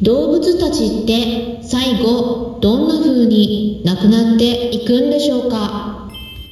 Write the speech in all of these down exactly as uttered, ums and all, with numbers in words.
動物たちって最後どんな風に亡くなっていくんでしょうか。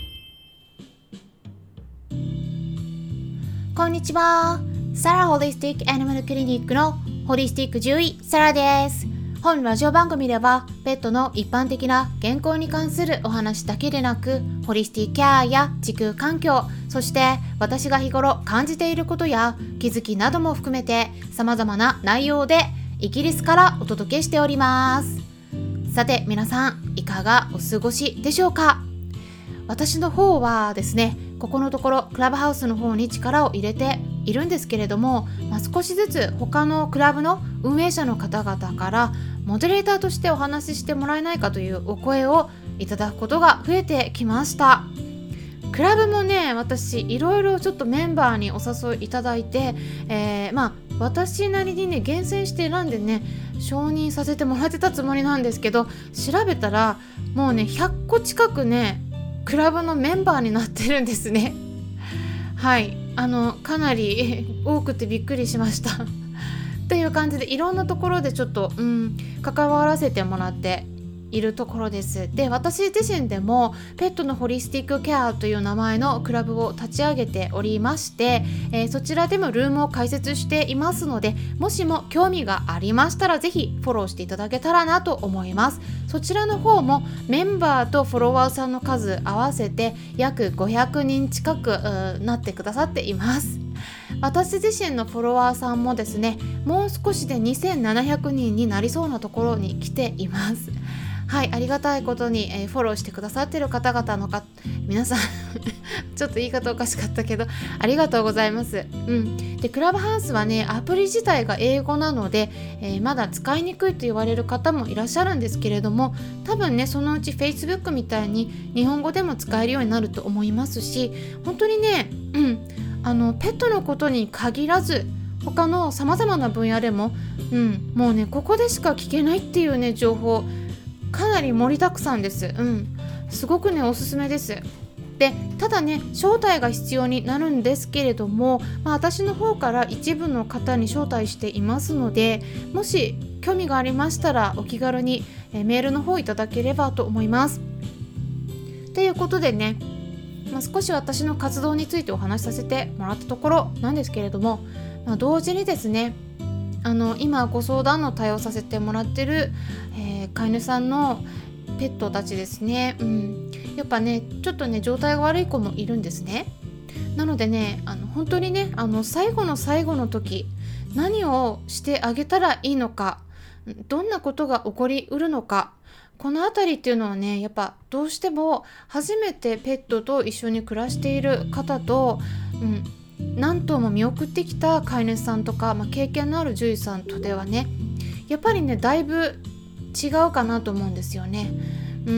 こんにちは。サラホリスティックアニマルクリニックのホリスティック獣医サラです。本ラジオ番組ではペットの一般的な健康に関するお話だけでなく、ホリスティックケアや地球環境、そして私が日頃感じていることや気づきなども含めて様々な内容でイギリスからお届けしております。さて皆さん、いかがお過ごしでしょうか。私の方はですね、ここのところクラブハウスの方に力を入れているんですけれども、まあ、少しずつ他のクラブの運営者の方々からモデレーターとしてお話ししてもらえないかというお声をいただくことが増えてきました。クラブもね、私いろいろちょっとメンバーにお誘いいただいて、えー、まあ私なりにね厳選して選んでね承認させてもらってたつもりなんですけど、調べたらもうねひゃっこ近くねクラブのメンバーになってるんですね。はい、あのかなり多くてびっくりしましたという感じで、いろんなところでちょっと、うん、関わらせてもらっているところです。で、私自身でもペットのホリスティックケアという名前のクラブを立ち上げておりまして、えー、そちらでもルームを開設していますので、もしも興味がありましたらぜひフォローしていただけたらなと思います。そちらの方もメンバーとフォロワーさんの数合わせて約ごひゃくにん近くなってくださっています。私自身のフォロワーさんもですね、もう少しでにせんななひゃくにんになりそうなところに来ています。はい、ありがたいことに、えー、フォローしてくださっている方々のか皆さんちょっと言い方おかしかったけどありがとうございます。うん、でクラブハウスはねアプリ自体が英語なので、えー、まだ使いにくいと言われる方もいらっしゃるんですけれども、多分ねそのうち Facebook みたいに日本語でも使えるようになると思いますし、本当にね、うん、あのペットのことに限らず他のさまざまな分野でも、うん、もうねここでしか聞けないっていうね情報かなり盛りだくさんです。うん、すごくねおすすめです。で、ただね招待が必要になるんですけれども、まあ、私の方から一部の方に招待していますので、もし興味がありましたらお気軽にえメールの方いただければと思います。ということでね、まあ、少し私の活動についてお話しさせてもらったところなんですけれども、まあ、同時にですね、あの今ご相談の対応させてもらってる、えー、飼い主さんのペットたちですね、うん、やっぱねちょっとね状態が悪い子もいるんですね。なのでね、あの本当にねあの最後の最後の時何をしてあげたらいいのか、どんなことが起こりうるのか、このあたりっていうのはねやっぱどうしても初めてペットと一緒に暮らしている方と、うん何頭も見送ってきた飼い主さんとか、まあ、経験のある獣医さんとではねやっぱりねだいぶ違うかなと思うんですよね。うん、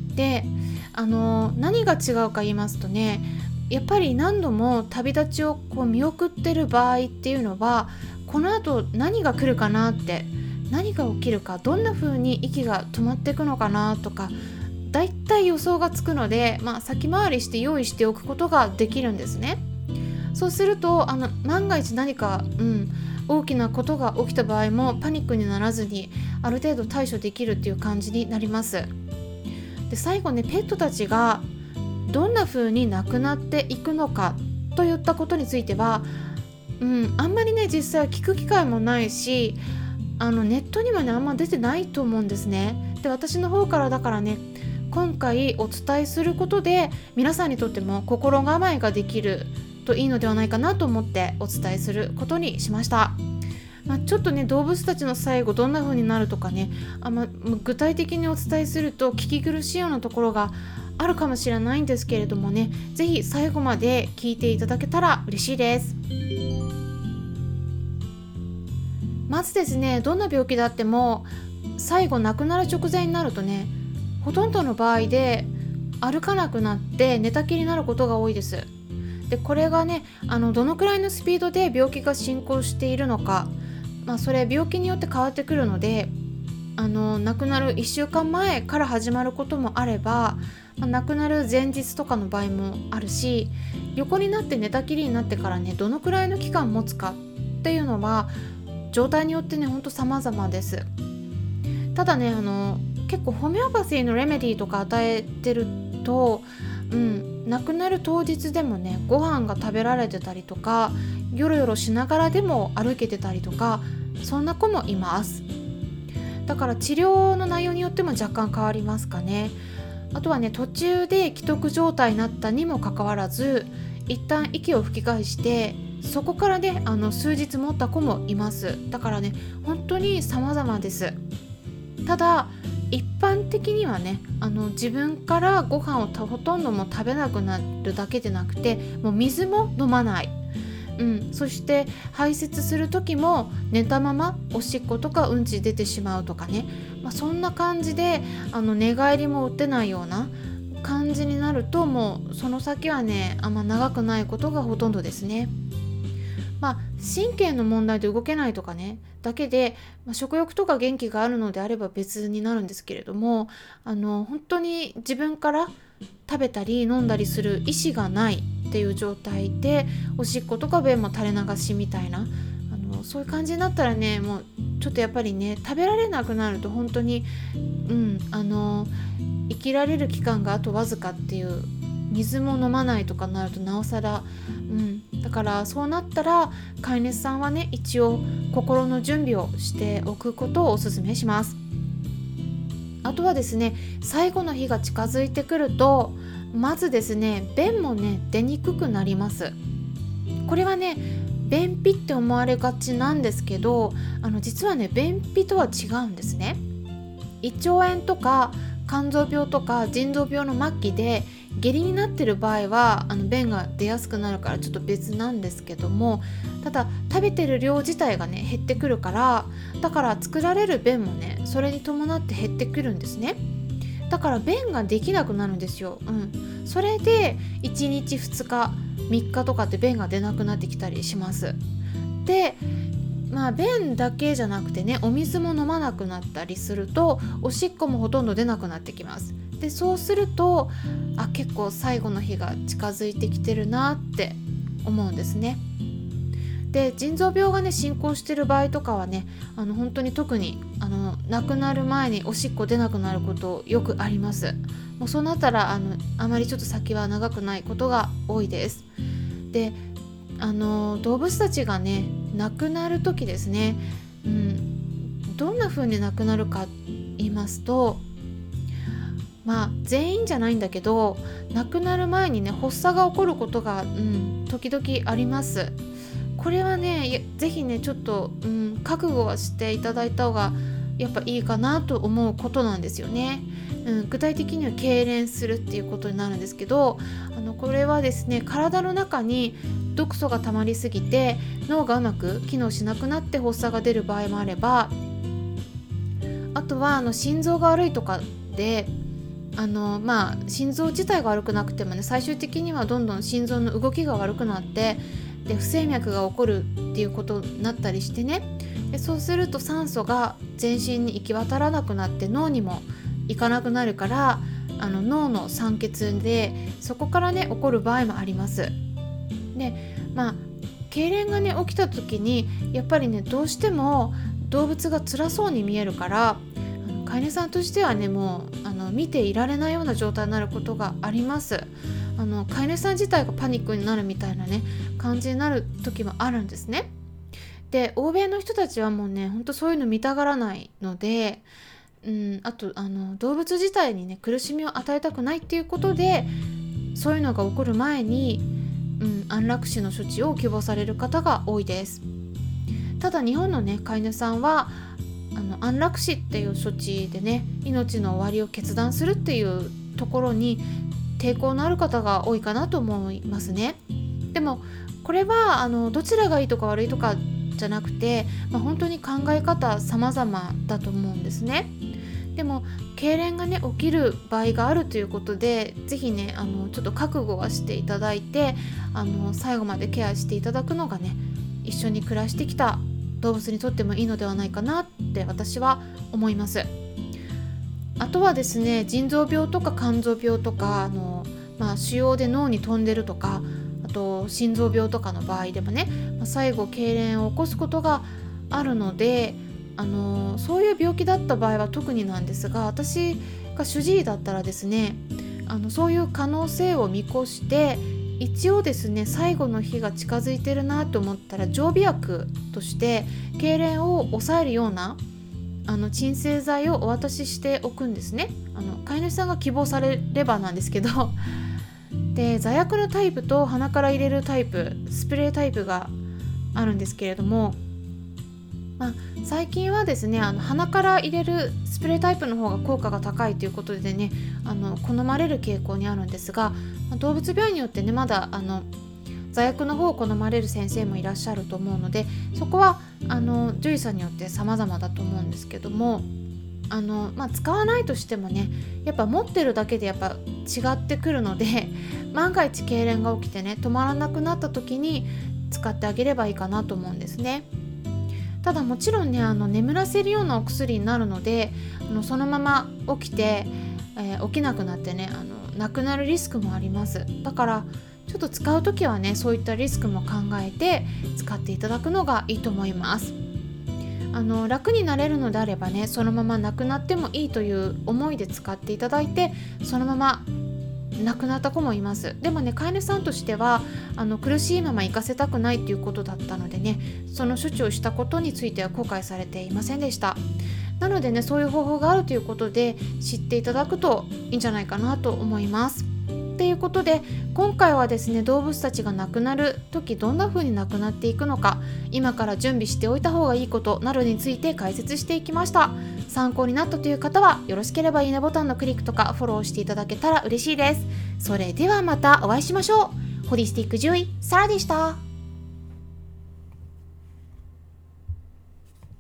で、あのー、何が違うか言いますとね、やっぱり何度も旅立ちをこう見送ってる場合っていうのは、この後何が来るかなって、何が起きるか、どんな風に息が止まっていくのかなとかだいたい予想がつくので、まあ、先回りして用意しておくことができるんですね。そうするとあの万が一何か、うん、大きなことが起きた場合もパニックにならずにある程度対処できるっていう感じになります。で、最後ねペットたちがどんな風に亡くなっていくのかといったことについては、うん、あんまりね実際は聞く機会もないし、あのネットにはねあんま出てないと思うんですね。で、私の方からだからね今回お伝えすることで皆さんにとっても心構えができるといいのではないかなと思ってお伝えすることにしました。まあ、ちょっとね動物たちの最後どんな風になるとかね、あ、ま、具体的にお伝えすると聞き苦しいようなところがあるかもしれないんですけれどもね、ぜひ最後まで聞いていただけたら嬉しいです。まずですね、どんな病気であっても最後亡くなる直前になるとね、ほとんどの場合で歩かなくなって寝たきりになることが多いです。で、これがねあのどのくらいのスピードで病気が進行しているのか、まあ、それ病気によって変わってくるので、あの亡くなるいっしゅうかんまえから始まることもあれば、まあ、亡くなる前日とかの場合もあるし、横になって寝たきりになってからねどのくらいの期間持つかっていうのは状態によってねほんと様々です。ただねあの結構ホメオパシーのレメディとか与えてると、うん、亡くなる当日でもねご飯が食べられてたりとかヨロヨロしながらでも歩けてたりとか、そんな子もいます。だから治療の内容によっても若干変わりますかね。あとはね途中で既得状態になったにもかかわらず一旦息を吹き返してそこからねあの数日持った子もいます。だからね本当に様々です。ただ一般的にはねあの自分からご飯をほとんども食べなくなるだけでなくて、もう水も飲まない、うん、そして排泄する時も寝たままおしっことかうんち出てしまうとかね、まあ、そんな感じであの寝返りも打てないような感じになると、もうその先はねあんま長くないことがほとんどですね。まあ神経の問題で動けないとかねだけで、まあ、食欲とか元気があるのであれば別になるんですけれども、あの本当に自分から食べたり飲んだりする意思がないっていう状態でおしっことか便も垂れ流しみたいな、あのそういう感じになったらねもうちょっとやっぱりね食べられなくなると本当にうんあの生きられる期間があとわずかっていう、水も飲まないとかになるとなおさら、うん、だからそうなったら飼い主さんはね一応心の準備をしておくことをお勧めします。あとはですね最後の日が近づいてくるとまずですね便もね出にくくなります。これはね便秘って思われがちなんですけど、あの実はね便秘とは違うんですね。胃腸炎とか肝臓病とか腎臓病の末期で下痢になってる場合はあの便が出やすくなるからちょっと別なんですけども、ただ食べてる量自体がね減ってくるから、だから作られる便もねそれに伴って減ってくるんですね。だから便ができなくなるんですよ、うん、それでいちにちふつかみっかとかって便が出なくなってきたりします。でまあ便だけじゃなくてねお水も飲まなくなったりするとおしっこもほとんど出なくなってきます。でそうするとあ結構最後の日が近づいてきてるなって思うんですね。で腎臓病がね進行してる場合とかはねあの本当に特にあの亡くなる前におしっこ出なくなることよくあります。もうそうなったらあのあまりちょっと先は長くないことが多いです。であの動物たちがね亡くなる時ですね、うん、どんな風に亡くなるか言いますと、まあ全員じゃないんだけど亡くなる前にね発作が起こることが、うん、時々あります。これはねぜひねちょっと、うん、覚悟はしていただいた方がやっぱいいかなと思うことなんですよね。うん、具体的には痙攣するっていうことになるんですけど、あのこれはですね体の中に毒素が溜まりすぎて脳がうまく機能しなくなって発作が出る場合もあれば、あとはあの心臓が悪いとかであのまあ心臓自体が悪くなくてもね最終的にはどんどん心臓の動きが悪くなってで不整脈が起こるっていうことになったりしてね、でそうすると酸素が全身に行き渡らなくなって脳にも行かなくなるからあの脳の酸欠でそこからね起こる場合もあります。でまあ痙攣がね起きた時にやっぱりねどうしても動物が辛そうに見えるからあの飼い主さんとしてはねもうあの見ていられないような状態になることがあります。あの飼い主さん自体がパニックになるみたいなね感じになる時もあるんですね。で欧米の人たちはもうねほんとそういうの見たがらないので、うん、あとあの動物自体にね苦しみを与えたくないっていうことでそういうのが起こる前に、うん、安楽死の処置を希望される方が多いです。ただ日本のね飼い主さんはあの安楽死っていう処置でね命の終わりを決断するっていうところに抵抗のある方が多いかなと思いますね。でもこれはあのどちらがいいとか悪いとかじゃなくて、まあ、本当に考え方様々だと思うんですね。でも痙攣がね起きる場合があるということでぜひねあのちょっと覚悟はしていただいてあの最後までケアしていただくのがね一緒に暮らしてきた動物にとってもいいのではないかなって私は思います。あとはですね腎臓病とか肝臓病とかあの、まあ、腫瘍で脳に飛んでるとかあと心臓病とかの場合でもね、まあ、最後痙攣を起こすことがあるので、あのそういう病気だった場合は特になんですが、私が主治医だったらですね、あのそういう可能性を見越して一応ですね、最後の日が近づいてるなと思ったら常備薬として痙攣を抑えるようなあの鎮静剤をお渡ししておくんですね。あの飼い主さんが希望されればなんですけどで、座薬のタイプと鼻から入れるタイプ、スプレータイプがあるんですけれども、まあ、最近はですね、あの鼻から入れるスプレータイプの方が効果が高いということでね、あの好まれる傾向にあるんですが、まあ、動物病院によってね、まだあの座薬の方を好まれる先生もいらっしゃると思うので、そこはあの獣医さんによって様々だと思うんですけども、あの、まあ、使わないとしてもね、やっぱ持ってるだけでやっぱ違ってくるので、万が一痙攣が起きてね、止まらなくなった時に使ってあげればいいかなと思うんですね。ただもちろんね、あの眠らせるようなお薬になるので、あのそのまま起きて、えー起きなくなってね、あの亡くなるリスクもあります。だからちょっと使うときはね、そういったリスクも考えて使っていただくのがいいと思います。あの楽になれるのであればね、そのまま亡くなってもいいという思いで使っていただいて、そのまま亡くなった子もいます。でもね、飼い主さんとしてはあの苦しいまま行かせたくないっていうことだったのでね、その処置をしたことについては後悔されていませんでした。なのでね、そういう方法があるということで知っていただくといいんじゃないかなと思います。ということで、今回はですね、動物たちが亡くなる時どんな風に亡くなっていくのか、今から準備しておいた方がいいことなどについて解説していきました。参考になったという方はよろしければいいねボタンのクリックとかフォローしていただけたら嬉しいです。それではまたお会いしましょう。ホリスティック獣医サラでした。